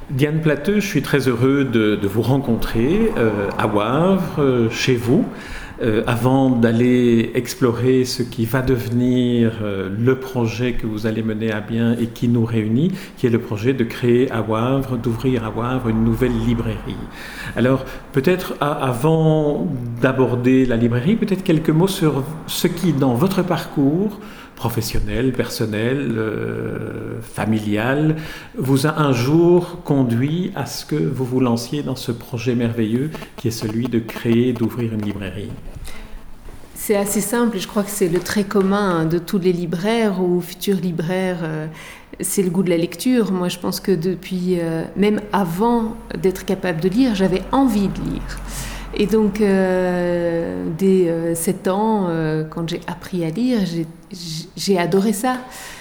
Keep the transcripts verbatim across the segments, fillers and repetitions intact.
Diane Plateux, je suis très heureux de, de vous rencontrer euh, à Wavre, euh, chez vous, euh, avant d'aller explorer ce qui va devenir euh, le projet que vous allez mener à bien et qui nous réunit, qui est le projet de créer à Wavre, d'ouvrir à Wavre une nouvelle librairie. Alors, peut-être à, avant d'aborder la librairie, peut-être quelques mots sur ce qui, dans votre parcours, professionnel, personnel, euh, familial, vous a un jour conduit à ce que vous vous lanciez dans ce projet merveilleux qui est celui de créer, d'ouvrir une librairie. C'est assez simple et je crois que c'est le trait commun de tous les libraires ou futurs libraires, euh, c'est le goût de la lecture. Moi, je pense que depuis, euh, même avant d'être capable de lire, j'avais envie de lire. Et donc, euh, dès euh, sept ans, euh, quand j'ai appris à lire, j'ai, j'ai adoré ça.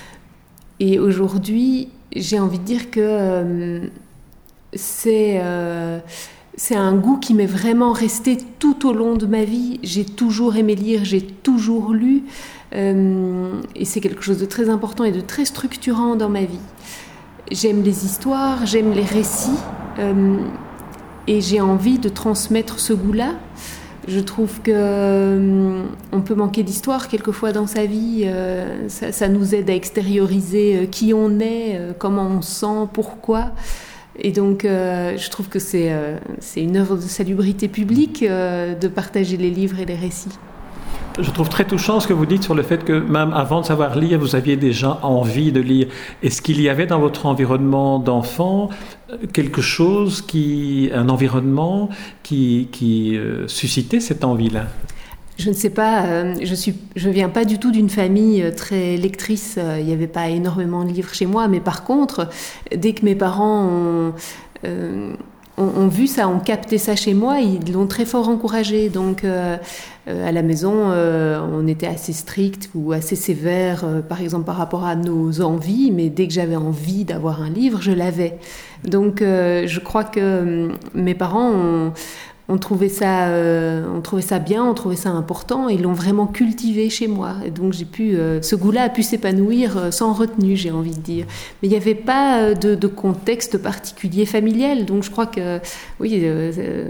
Et aujourd'hui, j'ai envie de dire que euh, c'est, euh, c'est un goût qui m'est vraiment resté tout au long de ma vie. J'ai toujours aimé lire, j'ai toujours lu. Euh, et c'est quelque chose de très important et de très structurant dans ma vie. J'aime les histoires, j'aime les récits. Euh, Et j'ai envie de transmettre ce goût-là. Je trouve qu'on euh, peut manquer d'histoire quelquefois dans sa vie. Euh, ça, ça nous aide à extérioriser euh, qui on est, euh, comment on se sent, pourquoi. Et donc, euh, je trouve que c'est, euh, c'est une œuvre de salubrité publique euh, de partager les livres et les récits. Je trouve très touchant ce que vous dites sur le fait que même avant de savoir lire, vous aviez déjà envie de lire. Est-ce qu'il y avait dans votre environnement d'enfant quelque chose, qui, un environnement qui, qui euh, suscitait cette envie-là ? Je ne sais pas, euh, je suis, je viens pas du tout d'une famille très lectrice, euh, il n'y avait pas énormément de livres chez moi, mais par contre, dès que mes parents ont... Euh, ont, ont vu ça, ont capté ça chez moi, ils l'ont très fort encouragé. Donc euh, euh, à la maison, euh, on était assez strict ou assez sévère, euh, par exemple par rapport à nos envies, mais dès que j'avais envie d'avoir un livre, je l'avais. Donc euh, je crois que euh, mes parents ont... On trouvait ça, euh, on trouvait ça bien, on trouvait ça important, et ils l'ont vraiment cultivé chez moi. Et donc j'ai pu, euh, ce goût-là a pu s'épanouir euh, sans retenue, j'ai envie de dire. Mais il n'y avait pas euh, de, de contexte particulier familial, donc je crois que oui, euh,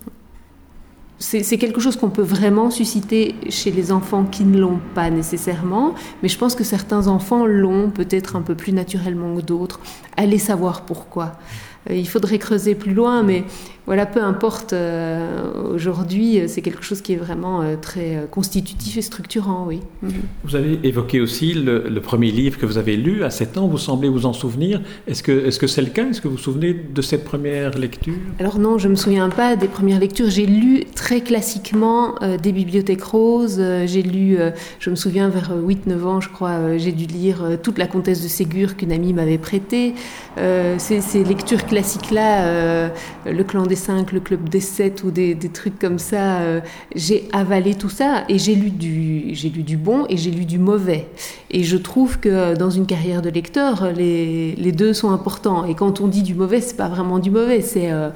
c'est, c'est quelque chose qu'on peut vraiment susciter chez les enfants qui ne l'ont pas nécessairement. Mais je pense que certains enfants l'ont peut-être un peu plus naturellement que d'autres. Allez savoir pourquoi. Il faudrait creuser plus loin, mais voilà, peu importe. Euh, aujourd'hui, c'est quelque chose qui est vraiment euh, très euh, constitutif et structurant, oui. Mm-hmm. Vous avez évoqué aussi le, le premier livre que vous avez lu à sept ans. Vous semblez vous en souvenir. Est-ce que, est-ce que c'est le cas ? Est-ce que vous vous souvenez de cette première lecture ? Alors non, je ne me souviens pas des premières lectures. J'ai lu très classiquement euh, des bibliothèques roses. Euh, j'ai lu, euh, je me souviens, vers huit neuf ans, je crois, euh, j'ai dû lire euh, toute la Comtesse de Ségur qu'une amie m'avait prêtée. Euh, ces, ces lectures classiques-là, euh, le Clan des Cinq, le Club des Sept ou des, des trucs comme ça, euh, j'ai avalé tout ça et j'ai lu, du, j'ai lu du bon et j'ai lu du mauvais. Et je trouve que dans une carrière de lecteur, les, les deux sont importants. Et quand on dit du mauvais, c'est pas vraiment du mauvais, c'est, euh,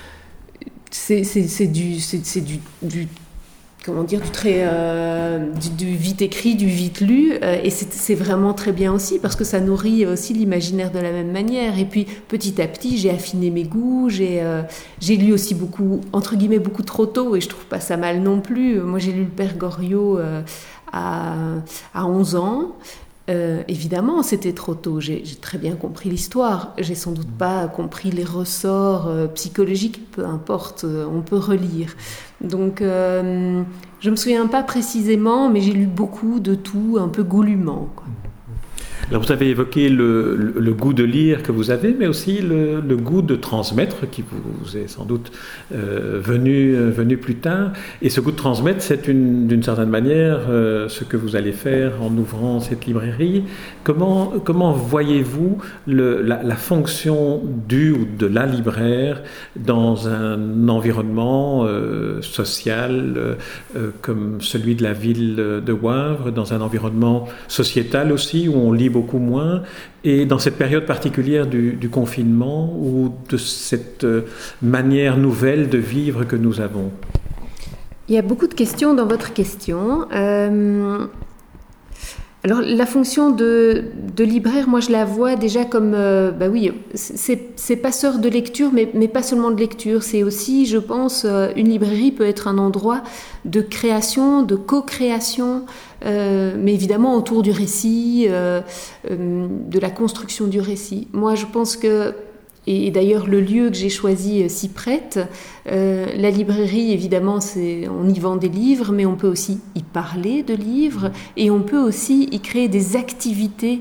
c'est, c'est, c'est, du, c'est, c'est du, du comment dire, du très euh, du, du vite écrit, du vite lu, euh, et c'est, c'est vraiment très bien aussi parce que ça nourrit aussi l'imaginaire de la même manière. Et puis petit à petit, j'ai affiné mes goûts, j'ai euh, j'ai lu aussi beaucoup, entre guillemets, beaucoup trop tôt, et je trouve pas ça mal non plus. Moi, j'ai lu le Père Goriot euh, à à onze ans. Euh, évidemment, c'était trop tôt. J'ai, j'ai très bien compris l'histoire. J'ai sans doute pas compris les ressorts euh, psychologiques. Peu importe, euh, on peut relire. Donc, euh, je me souviens pas précisément, mais j'ai lu beaucoup de tout, un peu goulûment, quoi. Alors vous avez évoqué le, le, le goût de lire que vous avez, mais aussi le, le goût de transmettre qui vous est sans doute euh, venu, euh, venu plus tard. Et ce goût de transmettre, c'est une, d'une certaine manière euh, ce que vous allez faire en ouvrant cette librairie. Comment, comment voyez-vous le, la, la fonction du ou de la libraire dans un environnement euh, social euh, comme celui de la ville de Wavre, dans un environnement sociétal aussi où on lit beaucoup moins, et dans cette période particulière du, du confinement ou de cette manière nouvelle de vivre que nous avons? Il y a beaucoup de questions dans votre question. Euh, Alors la fonction de, de libraire, moi je la vois déjà comme, euh, bah oui, c'est, c'est passeur de lecture, mais, mais pas seulement de lecture, c'est aussi, je pense, euh, une librairie peut être un endroit de création, de co-création, euh, mais évidemment autour du récit, euh, euh, de la construction du récit. Moi je pense que, et d'ailleurs le lieu que j'ai choisi s'y prête, euh, la librairie évidemment c'est, on y vend des livres, mais on peut aussi y parler de livres et on peut aussi y créer des activités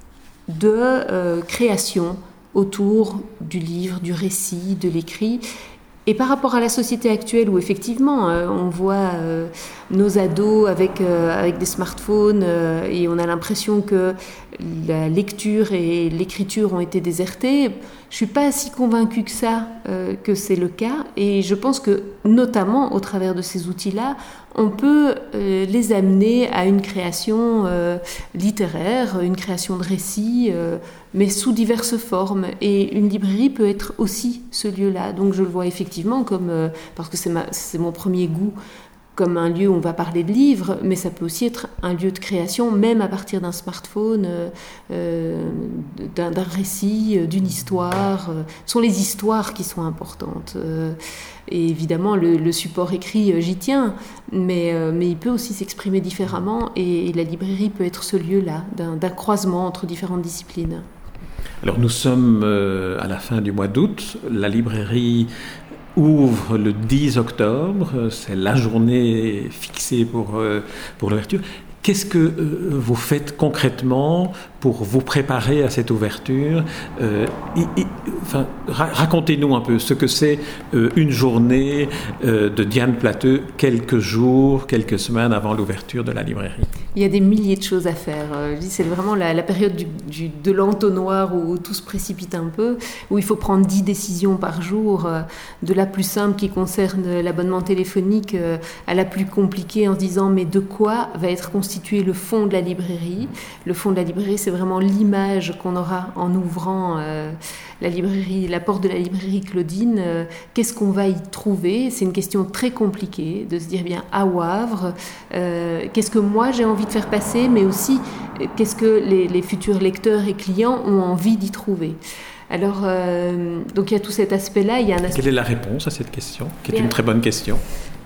de euh, création autour du livre, du récit, de l'écrit. Et par rapport à la société actuelle où effectivement euh, on voit euh, nos ados avec, euh, avec des smartphones euh, et on a l'impression que la lecture et l'écriture ont été désertées, je suis pas si convaincue que ça, euh, que c'est le cas. Et je pense que notamment au travers de ces outils-là, on peut euh, les amener à une création euh, littéraire, une création de récits, euh, mais sous diverses formes. Et une librairie peut être aussi ce lieu-là. Donc je le vois effectivement comme, euh, parce que c'est, ma, c'est mon premier goût, comme un lieu où on va parler de livres, mais ça peut aussi être un lieu de création, même à partir d'un smartphone, euh, d'un, d'un récit, d'une histoire. Ce sont les histoires qui sont importantes. Euh, et évidemment, le, le support écrit, j'y tiens, mais, euh, mais il peut aussi s'exprimer différemment, et, et la librairie peut être ce lieu-là, d'un, d'un croisement entre différentes disciplines. Alors nous sommes euh, à la fin du mois d'août. La librairie ouvre le dix octobre, c'est la journée fixée pour, euh, pour l'ouverture. Qu'est-ce que euh, vous faites concrètement pour vous préparer à cette ouverture? euh, et, et, enfin, ra- Racontez-nous un peu ce que c'est euh, une journée euh, de Diane Plateux, quelques jours, quelques semaines avant l'ouverture de la librairie. Il y a des milliers de choses à faire. C'est vraiment la, la période du, du, de l'entonnoir où tout se précipite un peu, où il faut prendre dix décisions par jour, de la plus simple qui concerne l'abonnement téléphonique à la plus compliquée, en se disant mais de quoi va être constitué le fond de la librairie? Le fond de la librairie, c'est vraiment l'image qu'on aura en ouvrant euh, la librairie, la porte de la librairie Claudine. Euh, qu'est-ce qu'on va y trouver? C'est une question très compliquée de se dire bien à Wavre, euh, qu'est-ce que moi j'ai envie de faire passer, mais aussi qu'est-ce que les, les futurs lecteurs et clients ont envie d'y trouver. Alors, euh, donc il y a tout cet aspect-là. Il y a un aspect... Quelle est la réponse à cette question, qui est une très bonne question?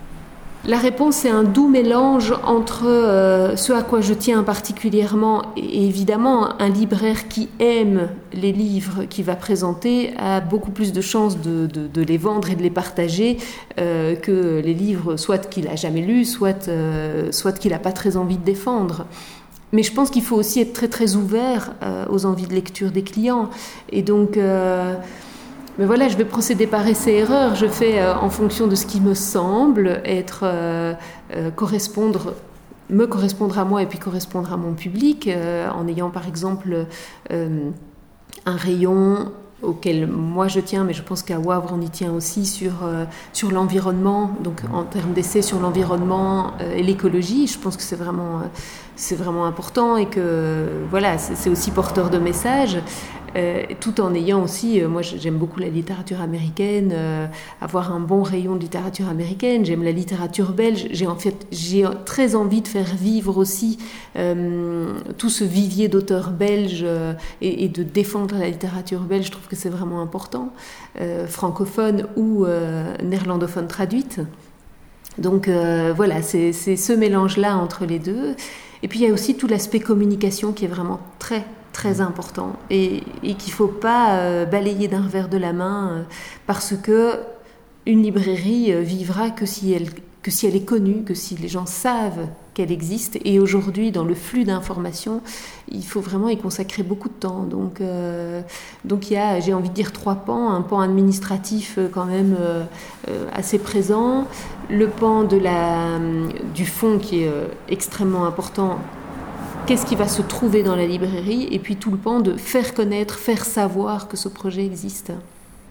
La réponse, c'est un doux mélange entre euh, ce à quoi je tiens particulièrement, et évidemment, un libraire qui aime les livres qu'il va présenter a beaucoup plus de chances de, de, de les vendre et de les partager euh, que les livres, soit qu'il n'a jamais lus, soit, euh, soit qu'il n'a pas très envie de défendre. Mais je pense qu'il faut aussi être très très ouvert euh, aux envies de lecture des clients. Et donc... Euh, Mais voilà, je vais procéder par essai-erreur. Je fais euh, en fonction de ce qui me semble être euh, euh, correspondre, me correspondre à moi et puis correspondre à mon public, euh, en ayant par exemple euh, un rayon auquel moi je tiens, mais je pense qu'à Wavre on y tient aussi, sur, euh, sur l'environnement, donc en termes d'essai sur l'environnement euh, et l'écologie. Je pense que c'est vraiment, euh, c'est vraiment important et que voilà, c'est, c'est aussi porteur de messages. Euh, tout en ayant aussi, euh, moi j'aime beaucoup la littérature américaine, euh, avoir un bon rayon de littérature américaine, j'aime la littérature belge, j'ai en fait j'ai très envie de faire vivre aussi euh, tout ce vivier d'auteurs belges euh, et, et de défendre la littérature belge. Je trouve que c'est vraiment important, euh, francophone ou euh, néerlandophone traduite. Donc euh, voilà, c'est, c'est ce mélange-là entre les deux. Et puis il y a aussi tout l'aspect communication qui est vraiment très très important et, et qu'il ne faut pas euh, balayer d'un revers de la main euh, parce que une librairie euh, vivra que si, elle, que si elle est connue, que si les gens savent qu'elle existe. Et aujourd'hui, dans le flux d'informations, il faut vraiment y consacrer beaucoup de temps. Donc, euh, donc il y a, j'ai envie de dire, trois pans. Un pan administratif euh, quand même euh, euh, assez présent, le pan de la, du fond qui est euh, extrêmement important. Qu'est-ce qui va se trouver dans la librairie? Et puis tout le pan de faire connaître, faire savoir que ce projet existe.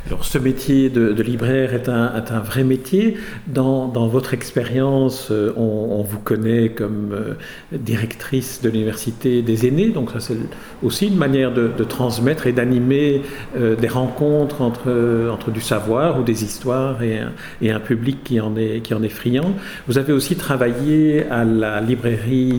Alors, ce métier de, de libraire est un, est un vrai métier. Dans, dans votre expérience, on, on vous connaît comme euh, directrice de l'université des aînés, donc ça c'est aussi une manière de, de transmettre et d'animer euh, des rencontres entre, entre du savoir ou des histoires et un, et un public qui en est, qui en est friand. Vous avez aussi travaillé à la librairie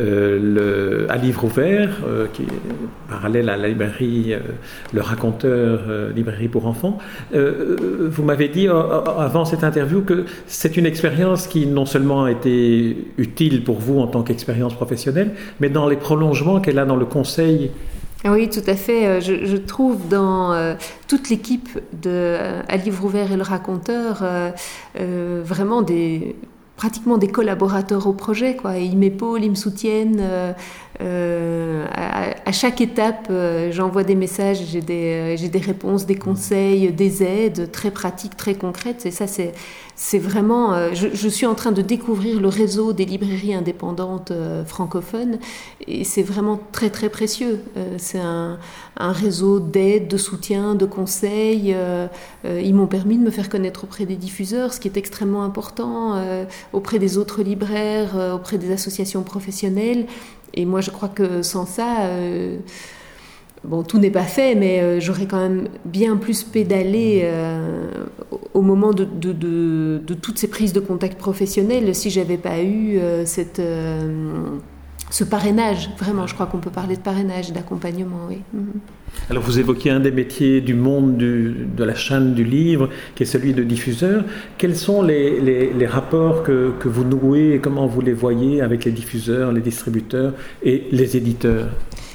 euh, le, à Livre Ouvert, euh, qui est parallèle à la librairie euh, Le Raconteur, euh, librairie pour enfants. Euh, vous m'avez dit euh, avant cette interview que c'est une expérience qui non seulement a été utile pour vous en tant qu'expérience professionnelle, mais dans les prolongements qu'elle a dans le conseil. Oui, tout à fait. Je, je trouve dans euh, toute l'équipe de euh, à Livre Ouvert et Le Raconteur euh, euh, vraiment des pratiquement des collaborateurs au projet, quoi. Et ils m'épaulent, ils me soutiennent. Euh, euh, à, à chaque étape, euh, j'envoie des messages, j'ai des, euh, j'ai des réponses, des conseils, des aides très pratiques, très concrètes. Et ça, c'est, c'est vraiment... Euh, je, je suis en train de découvrir le réseau des librairies indépendantes euh, francophones. Et c'est vraiment très, très précieux. Euh, c'est un, un réseau d'aide, de soutien, de conseils. Euh, euh, ils m'ont permis de me faire connaître auprès des diffuseurs, ce qui est extrêmement important. Euh, auprès des autres libraires, euh, auprès des associations professionnelles. Et moi, je crois que sans ça, euh, bon, tout n'est pas fait, mais euh, j'aurais quand même bien plus pédalé euh, au moment de, de, de, de toutes ces prises de contact professionnelles si j'avais pas eu euh, cette, euh, ce parrainage. Vraiment, je crois qu'on peut parler de parrainage, d'accompagnement, oui. Mm-hmm. Alors vous évoquez un des métiers du monde du, de la chaîne du livre, qui est celui de diffuseur. Quels sont les, les, les rapports que, que vous nouez et comment vous les voyez avec les diffuseurs, les distributeurs et les éditeurs ?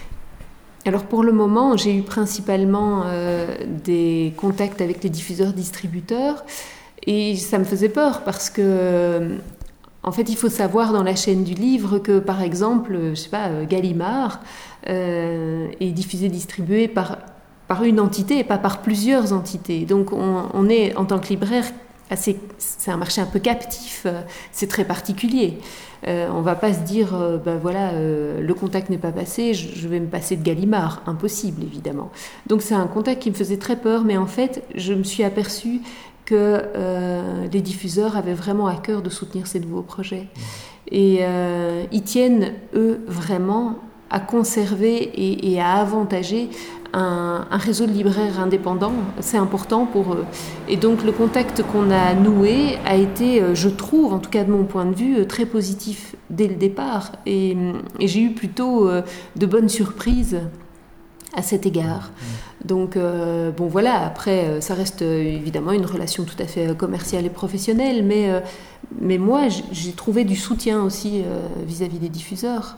Alors pour le moment, j'ai eu principalement euh, des contacts avec les diffuseurs-distributeurs et ça me faisait peur parce que... Euh, En fait, il faut savoir dans la chaîne du livre que, par exemple, je sais pas, Gallimard euh, est diffusé, distribué par, par une entité et pas par plusieurs entités. Donc, on, on est, en tant que libraire, assez, c'est un marché un peu captif, c'est très particulier. Euh, on ne va pas se dire, euh, ben voilà, euh, le contact n'est pas passé, je, je vais me passer de Gallimard. Impossible, évidemment. Donc, c'est un contact qui me faisait très peur, mais en fait, je me suis aperçue que euh, les diffuseurs avaient vraiment à cœur de soutenir ces nouveaux projets. Et euh, ils tiennent, eux, vraiment à conserver et, et à avantager un, un réseau de libraires indépendants. C'est important pour eux. Et donc, le contact qu'on a noué a été, je trouve, en tout cas de mon point de vue, très positif dès le départ. Et, et j'ai eu plutôt de bonnes surprises à cet égard. Donc, euh, bon voilà, après, ça reste euh, évidemment une relation tout à fait commerciale et professionnelle, mais, euh, mais moi, j'ai trouvé du soutien aussi euh, vis-à-vis des diffuseurs.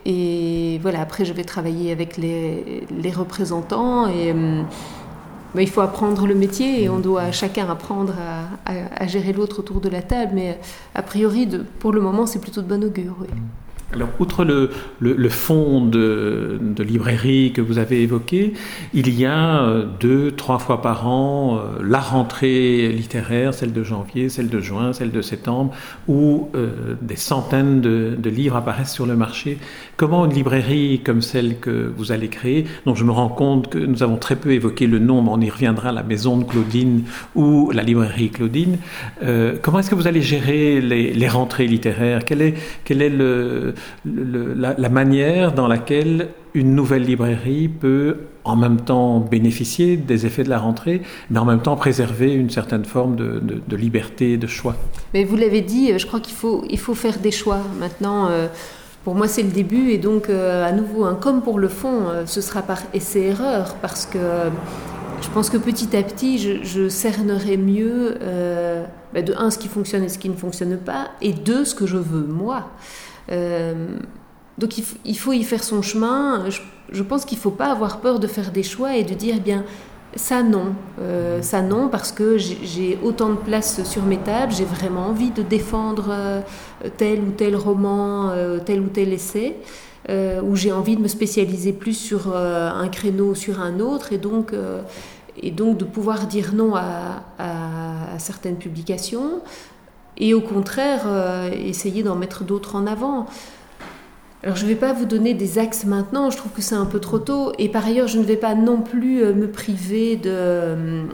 Et voilà, après, je vais travailler avec les, les représentants et euh, bah, il faut apprendre le métier et on doit chacun apprendre à, à, à gérer l'autre autour de la table, mais a priori, de, pour le moment, c'est plutôt de bon augure, oui. Alors, outre le, le, le fonds de, de librairie que vous avez évoqué, il y a deux, trois fois par an euh, la rentrée littéraire, celle de janvier, celle de juin, celle de septembre, où euh, des centaines de, de livres apparaissent sur le marché. Comment une librairie comme celle que vous allez créer, dont je me rends compte que nous avons très peu évoqué le nom, mais on y reviendra, la maison de Claudine ou la librairie Claudine, euh, comment est-ce que vous allez gérer les, les rentrées littéraires ? Quel est, quel est le... Le, la, la manière dans laquelle une nouvelle librairie peut en même temps bénéficier des effets de la rentrée, mais en même temps préserver une certaine forme de, de, de liberté, de choix. Mais vous l'avez dit, je crois qu'il faut, il faut faire des choix. Maintenant, euh, pour moi, c'est le début, et donc, euh, à nouveau, hein, comme pour le fond, euh, ce sera par essai-erreur, parce que euh, je pense que petit à petit, je, je cernerai mieux, euh, bah, de un, ce qui fonctionne et ce qui ne fonctionne pas, et deux, ce que je veux, moi. Euh, donc il, f- il faut y faire son chemin. Je, je pense qu'il ne faut pas avoir peur de faire des choix et de dire eh bien ça non, euh, ça non parce que j'ai, j'ai autant de place sur mes tables, j'ai vraiment envie de défendre euh, tel ou tel roman, euh, tel ou tel essai, euh, ou j'ai envie de me spécialiser plus sur euh, un créneau ou sur un autre, et donc, euh, et donc de pouvoir dire non à, à, à certaines publications. Et au contraire, euh, essayer d'en mettre d'autres en avant. Alors, je ne vais pas vous donner des axes maintenant, je trouve que c'est un peu trop tôt. Et par ailleurs, je ne vais pas non plus euh, me priver de,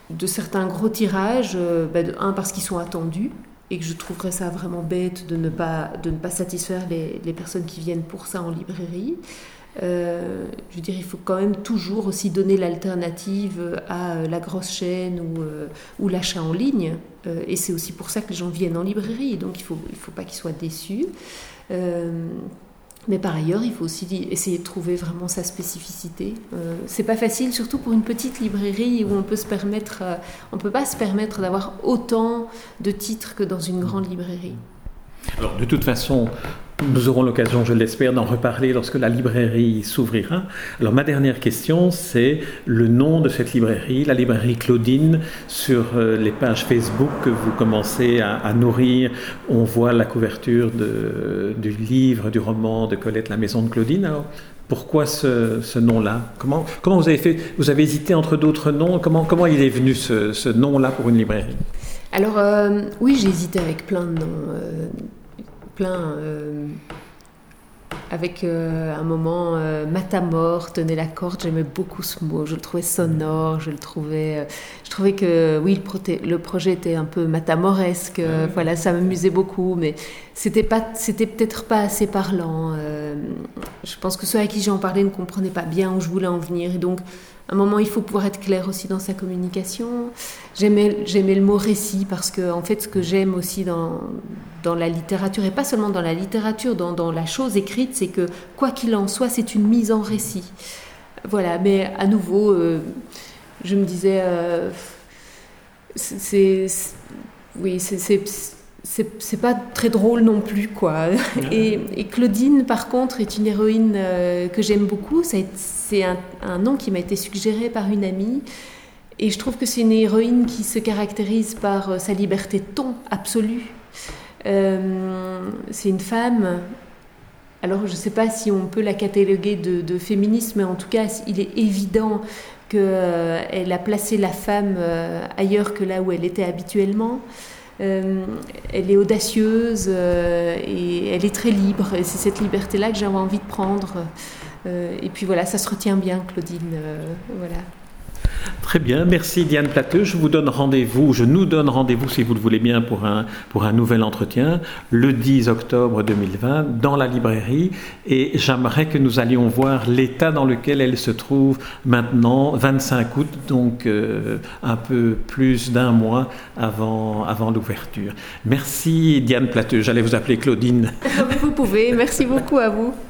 de certains gros tirages, euh, bah, de, un, parce qu'ils sont attendus, et que je trouverais ça vraiment bête de ne pas, de ne pas satisfaire les, les personnes qui viennent pour ça en librairie. Euh, je veux dire, il faut quand même toujours aussi donner l'alternative à la grosse chaîne ou, euh, ou l'achat en ligne. Euh, et c'est aussi pour ça que les gens viennent en librairie. Donc il ne faut, il faut pas qu'ils soient déçus. Euh, mais par ailleurs, il faut aussi essayer de trouver vraiment sa spécificité. Euh, c'est pas facile, surtout pour une petite librairie où on peut se permettre, euh, on peut pas se permettre d'avoir autant de titres que dans une grande librairie. Alors, de toute façon, nous aurons l'occasion, je l'espère, d'en reparler lorsque la librairie s'ouvrira. Alors, ma dernière question, c'est le nom de cette librairie, la librairie Claudine. Sur euh, les pages Facebook que vous commencez à, à nourrir, on voit la couverture de, du livre, du roman de Colette, La Maison de Claudine. Alors, pourquoi ce, ce nom-là ? Comment, comment vous avez fait ? Vous avez hésité entre d'autres noms ? Comment, comment il est venu ce, ce nom-là pour une librairie ? Alors, euh, oui, j'ai hésité avec plein de noms. Euh, plein. Euh, avec euh, un moment, euh, Matamor, tenait la corde, j'aimais beaucoup ce mot. Je le trouvais sonore, je le trouvais. Euh, je trouvais que, oui, le, proté- le projet était un peu matamoresque. Euh, mmh. Voilà, ça m'amusait beaucoup, mais c'était, pas, c'était peut-être pas assez parlant. Euh, je pense que ceux à qui j'en parlais ne comprenaient pas bien où je voulais en venir. Et donc, à un moment, il faut pouvoir être clair aussi dans sa communication. J'aimais, j'aimais le mot récit parce que, en fait, ce que j'aime aussi dans, dans la littérature, et pas seulement dans la littérature, dans, dans la chose écrite, c'est que, quoi qu'il en soit, c'est une mise en récit. Voilà, mais à nouveau, euh, je me disais, euh, c'est, c'est, oui, c'est, c'est, c'est, c'est pas très drôle non plus, quoi. Et, et Claudine, par contre, est une héroïne euh, que j'aime beaucoup. Ça a été, c'est un, un nom qui m'a été suggéré par une amie. Et je trouve que c'est une héroïne qui se caractérise par euh, sa liberté de ton absolue. Euh, c'est une femme, alors je ne sais pas si on peut la cataloguer de, de féministe, mais en tout cas, il est évident qu'elle euh, a placé la femme euh, ailleurs que là où elle était habituellement. Euh, elle est audacieuse euh, et elle est très libre. Et c'est cette liberté-là que j'avais envie de prendre. Euh, et puis voilà, ça se retient bien, Claudine. Euh, voilà. Très bien, merci Diane Plateux. Je vous donne rendez-vous, je nous donne rendez-vous si vous le voulez bien pour un, pour un nouvel entretien le dix octobre deux mille vingt dans la librairie et j'aimerais que nous allions voir l'état dans lequel elle se trouve maintenant, vingt-cinq août, donc euh, un peu plus d'un mois avant, avant l'ouverture. Merci Diane Plateux, j'allais vous appeler Claudine. Vous pouvez, merci beaucoup à vous.